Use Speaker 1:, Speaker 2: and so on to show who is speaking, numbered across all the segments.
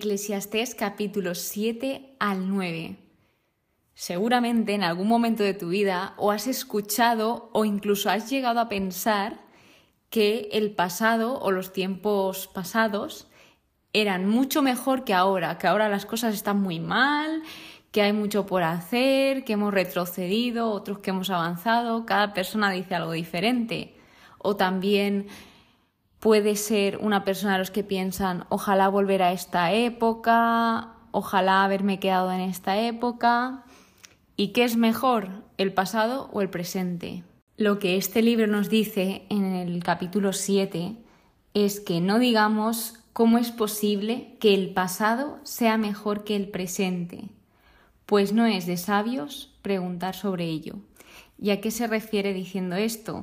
Speaker 1: Eclesiastés capítulos 7 al 9. Seguramente en algún momento de tu vida o has escuchado o incluso has llegado a pensar que el pasado o los tiempos pasados eran mucho mejor que ahora las cosas están muy mal, que hay mucho por hacer, que hemos retrocedido, otros que hemos avanzado, cada persona dice algo diferente. O también puede ser una persona de los que piensan, ojalá volver a esta época, ojalá haberme quedado en esta época. ¿Y qué es mejor, el pasado o el presente? Lo que este libro nos dice en el capítulo 7 es que no digamos cómo es posible que el pasado sea mejor que el presente, pues no es de sabios preguntar sobre ello. ¿Y a qué se refiere diciendo esto?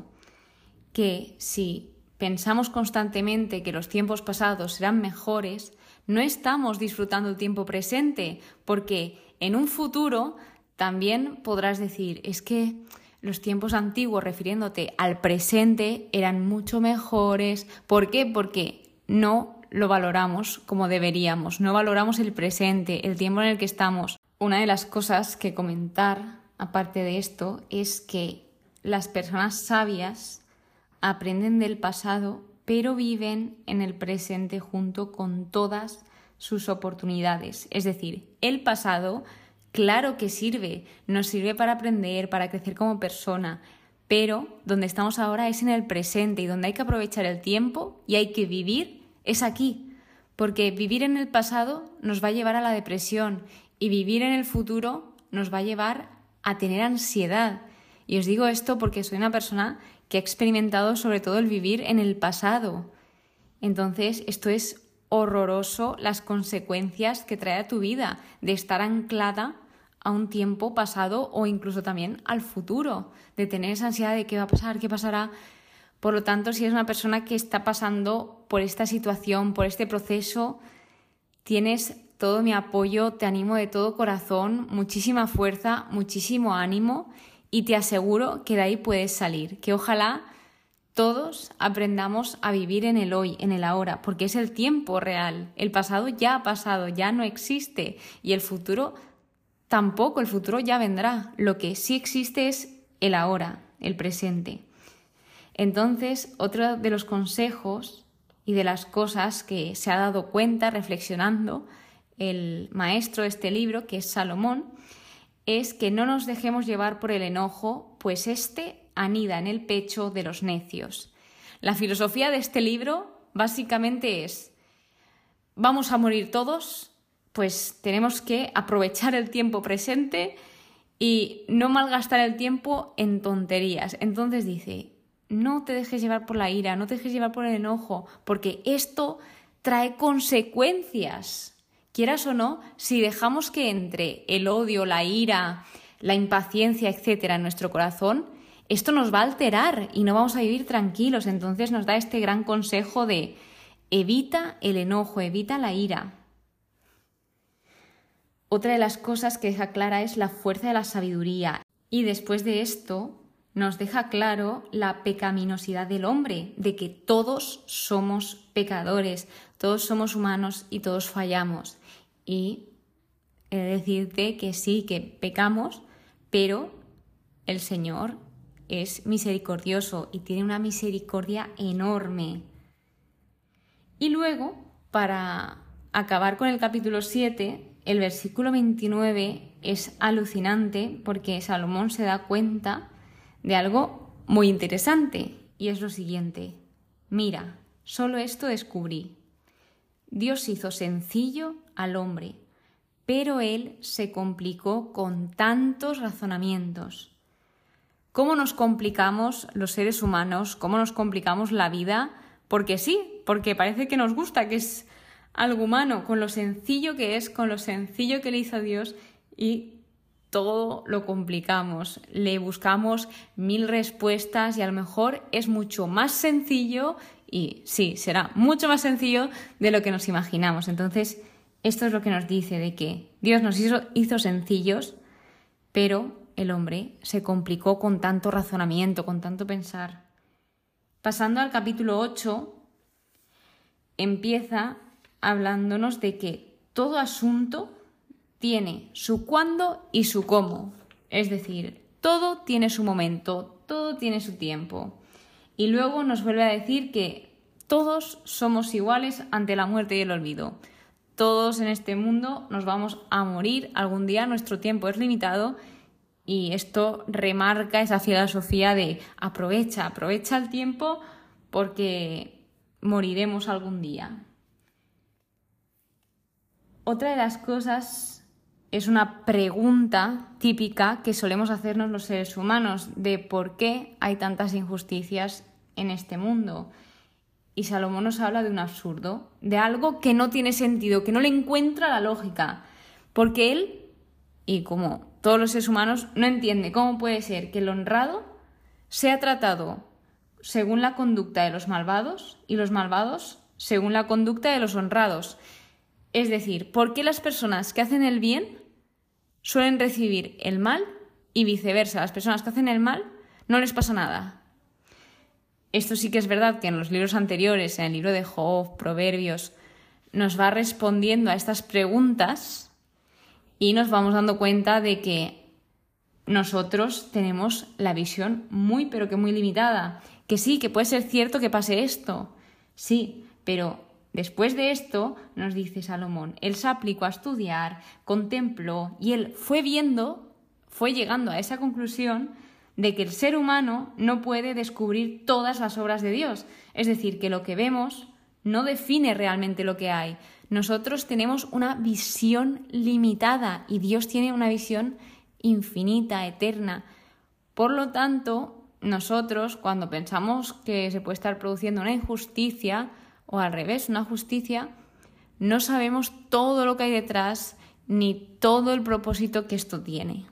Speaker 1: Que si pensamos constantemente que los tiempos pasados serán mejores, no estamos disfrutando el tiempo presente, porque en un futuro también podrás decir, es que los tiempos antiguos, refiriéndote al presente, eran mucho mejores. ¿Por qué? Porque no lo valoramos como deberíamos, no valoramos el presente, el tiempo en el que estamos. Una de las cosas que comentar, aparte de esto, es que las personas sabias aprenden del pasado, pero viven en el presente junto con todas sus oportunidades. Es decir, el pasado, claro que sirve, nos sirve para aprender, para crecer como persona, pero donde estamos ahora es en el presente y donde hay que aprovechar el tiempo y hay que vivir es aquí, porque vivir en el pasado nos va a llevar a la depresión y vivir en el futuro nos va a llevar a tener ansiedad. Y os digo esto porque soy una persona que ha experimentado sobre todo el vivir en el pasado. Entonces, esto es horroroso, las consecuencias que trae a tu vida de estar anclada a un tiempo pasado o incluso también al futuro, de tener esa ansiedad de qué va a pasar, qué pasará. Por lo tanto, si eres una persona que está pasando por esta situación, por este proceso, tienes todo mi apoyo, te animo de todo corazón, muchísima fuerza, muchísimo ánimo. Y te aseguro que de ahí puedes salir, que ojalá todos aprendamos a vivir en el hoy, en el ahora, porque es el tiempo real. El pasado ya ha pasado, ya no existe, y el futuro tampoco, el futuro ya vendrá. Lo que sí existe es el ahora, el presente. Entonces, otro de los consejos y de las cosas que se ha dado cuenta reflexionando el maestro de este libro, que es Salomón, es que no nos dejemos llevar por el enojo, pues este anida en el pecho de los necios. La filosofía de este libro básicamente es, vamos a morir todos, pues tenemos que aprovechar el tiempo presente y no malgastar el tiempo en tonterías. Entonces dice, no te dejes llevar por la ira, no te dejes llevar por el enojo, porque esto trae consecuencias. Quieras o no, si dejamos que entre el odio, la ira, la impaciencia, etcétera, en nuestro corazón, esto nos va a alterar y no vamos a vivir tranquilos. Entonces nos da este gran consejo de evita el enojo, evita la ira. Otra de las cosas que deja clara es la fuerza de la sabiduría. Y después de esto nos deja claro la pecaminosidad del hombre, de que todos somos pecadores, todos somos humanos y todos fallamos. Y he de decirte que sí, que pecamos, pero el Señor es misericordioso y tiene una misericordia enorme. Y luego, para acabar con el capítulo 7, el versículo 29 es alucinante porque Salomón se da cuenta de algo muy interesante y es lo siguiente. Mira, solo esto descubrí. Dios hizo sencillo al hombre, pero él se complicó con tantos razonamientos. ¿Cómo nos complicamos los seres humanos? ¿Cómo nos complicamos la vida? Porque sí, porque parece que nos gusta, que es algo humano, con lo sencillo que es, con lo sencillo que le hizo Dios y todo lo complicamos. Le buscamos 1000 respuestas y a lo mejor es mucho más sencillo y sí, será mucho más sencillo de lo que nos imaginamos. Entonces, esto es lo que nos dice de que Dios nos hizo sencillos, pero el hombre se complicó con tanto razonamiento, con tanto pensar. Pasando al capítulo 8, empieza hablándonos de que todo asunto tiene su cuándo y su cómo. Es decir, todo tiene su momento, todo tiene su tiempo. Y luego nos vuelve a decir que todos somos iguales ante la muerte y el olvido. Todos en este mundo nos vamos a morir algún día, nuestro tiempo es limitado y esto remarca esa filosofía de aprovecha el tiempo porque moriremos algún día. Otra de las cosas es una pregunta típica que solemos hacernos los seres humanos de por qué hay tantas injusticias en este mundo. Y Salomón nos habla de un absurdo, de algo que no tiene sentido, que no le encuentra la lógica. Porque él, y como todos los seres humanos, no entiende cómo puede ser que el honrado sea tratado según la conducta de los malvados y los malvados según la conducta de los honrados. Es decir, ¿por qué las personas que hacen el bien suelen recibir el mal y viceversa? Las personas que hacen el mal no les pasa nada. Esto sí que es verdad que en los libros anteriores, en el libro de Job, Proverbios, nos va respondiendo a estas preguntas y nos vamos dando cuenta de que nosotros tenemos la visión muy pero que muy limitada. Que sí, que puede ser cierto que pase esto. Sí, pero después de esto, nos dice Salomón, él se aplicó a estudiar, contempló y él fue llegando a esa conclusión de que el ser humano no puede descubrir todas las obras de Dios. Es decir, que lo que vemos no define realmente lo que hay. Nosotros tenemos una visión limitada y Dios tiene una visión infinita, eterna. Por lo tanto, nosotros cuando pensamos que se puede estar produciendo una injusticia o al revés, una justicia, no sabemos todo lo que hay detrás ni todo el propósito que esto tiene.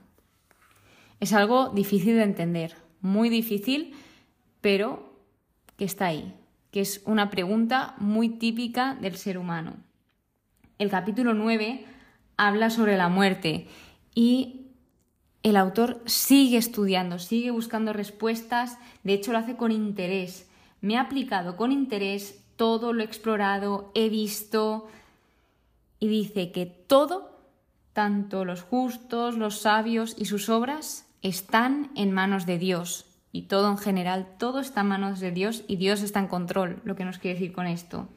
Speaker 1: Es algo difícil de entender, muy difícil, pero que está ahí, que es una pregunta muy típica del ser humano. El capítulo 9 habla sobre la muerte y el autor sigue estudiando, sigue buscando respuestas, de hecho lo hace con interés. Me ha aplicado con interés, todo lo he explorado, he visto y dice que todo, tanto los justos, los sabios y sus obras, están en manos de Dios y todo en general, todo está en manos de Dios y Dios está en control, lo que nos quiere decir con esto.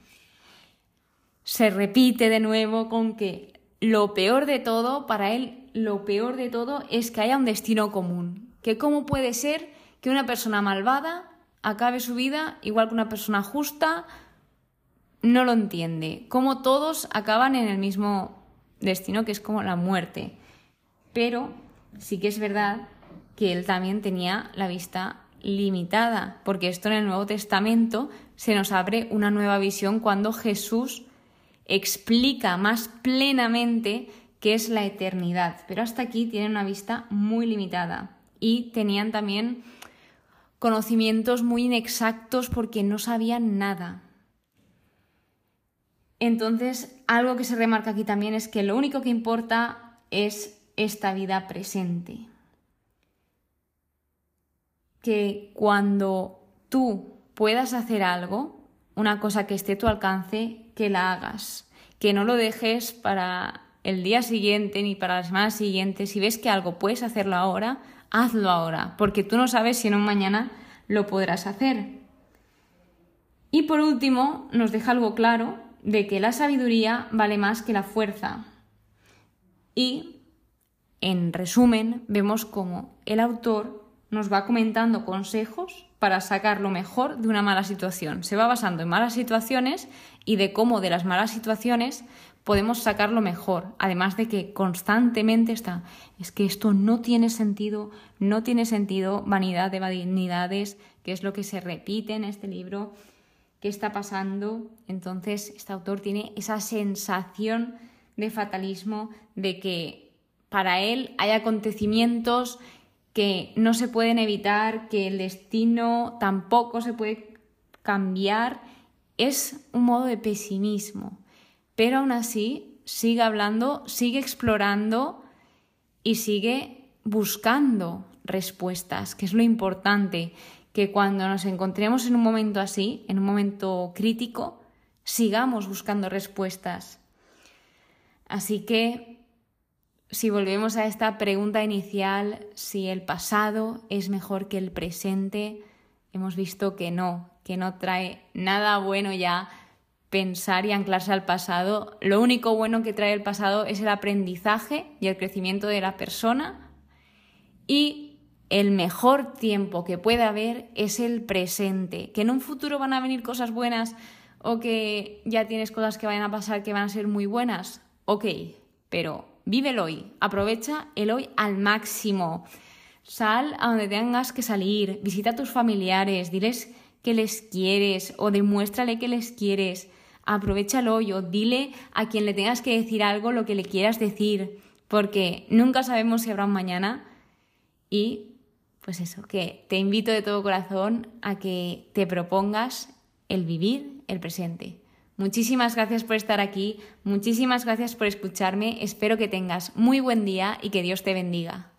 Speaker 1: Se repite de nuevo con que lo peor de todo, para él, lo peor de todo es que haya un destino común. Que cómo puede ser que una persona malvada acabe su vida igual que una persona justa, no lo entiende. Cómo todos acaban en el mismo destino, que es como la muerte. Pero sí que es verdad que él también tenía la vista limitada, porque esto en el Nuevo Testamento se nos abre una nueva visión cuando Jesús explica más plenamente qué es la eternidad. Pero hasta aquí tienen una vista muy limitada y tenían también conocimientos muy inexactos porque no sabían nada. Entonces, algo que se remarca aquí también es que lo único que importa es esta vida presente. Que cuando tú puedas hacer algo, una cosa que esté a tu alcance, que la hagas. Que no lo dejes para el día siguiente ni para la semana siguiente. Si ves que algo puedes hacerlo ahora, hazlo ahora, porque tú no sabes si en un mañana lo podrás hacer. Y por último, nos deja algo claro de que la sabiduría vale más que la fuerza. Y, en resumen, vemos cómo el autor nos va comentando consejos para sacar lo mejor de una mala situación. Se va basando en malas situaciones y de cómo de las malas situaciones podemos sacar lo mejor. Además de que constantemente está, es que esto no tiene sentido, vanidad de vanidades, que es lo que se repite en este libro. ¿Qué está pasando? Entonces, este autor tiene esa sensación de fatalismo, de que para él hay acontecimientos que no se pueden evitar, que el destino tampoco se puede cambiar. Es un modo de pesimismo, pero aún así sigue hablando, sigue explorando y sigue buscando respuestas, que es lo importante, que cuando nos encontremos en un momento así, en un momento crítico, sigamos buscando respuestas. Así que, si volvemos a esta pregunta inicial, si el pasado es mejor que el presente, hemos visto que no trae nada bueno ya pensar y anclarse al pasado. Lo único bueno que trae el pasado es el aprendizaje y el crecimiento de la persona, y el mejor tiempo que puede haber es el presente. Que en un futuro van a venir cosas buenas o que ya tienes cosas que vayan a pasar que van a ser muy buenas, ok, pero vive el hoy, aprovecha el hoy al máximo. Sal a donde tengas que salir, visita a tus familiares, diles que les quieres o demuéstrale que les quieres. Aprovecha el hoy o dile a quien le tengas que decir algo lo que le quieras decir, porque nunca sabemos si habrá un mañana. Y pues eso, que te invito de todo corazón a que te propongas el vivir el presente. Muchísimas gracias por estar aquí, muchísimas gracias por escucharme, espero que tengas muy buen día y que Dios te bendiga.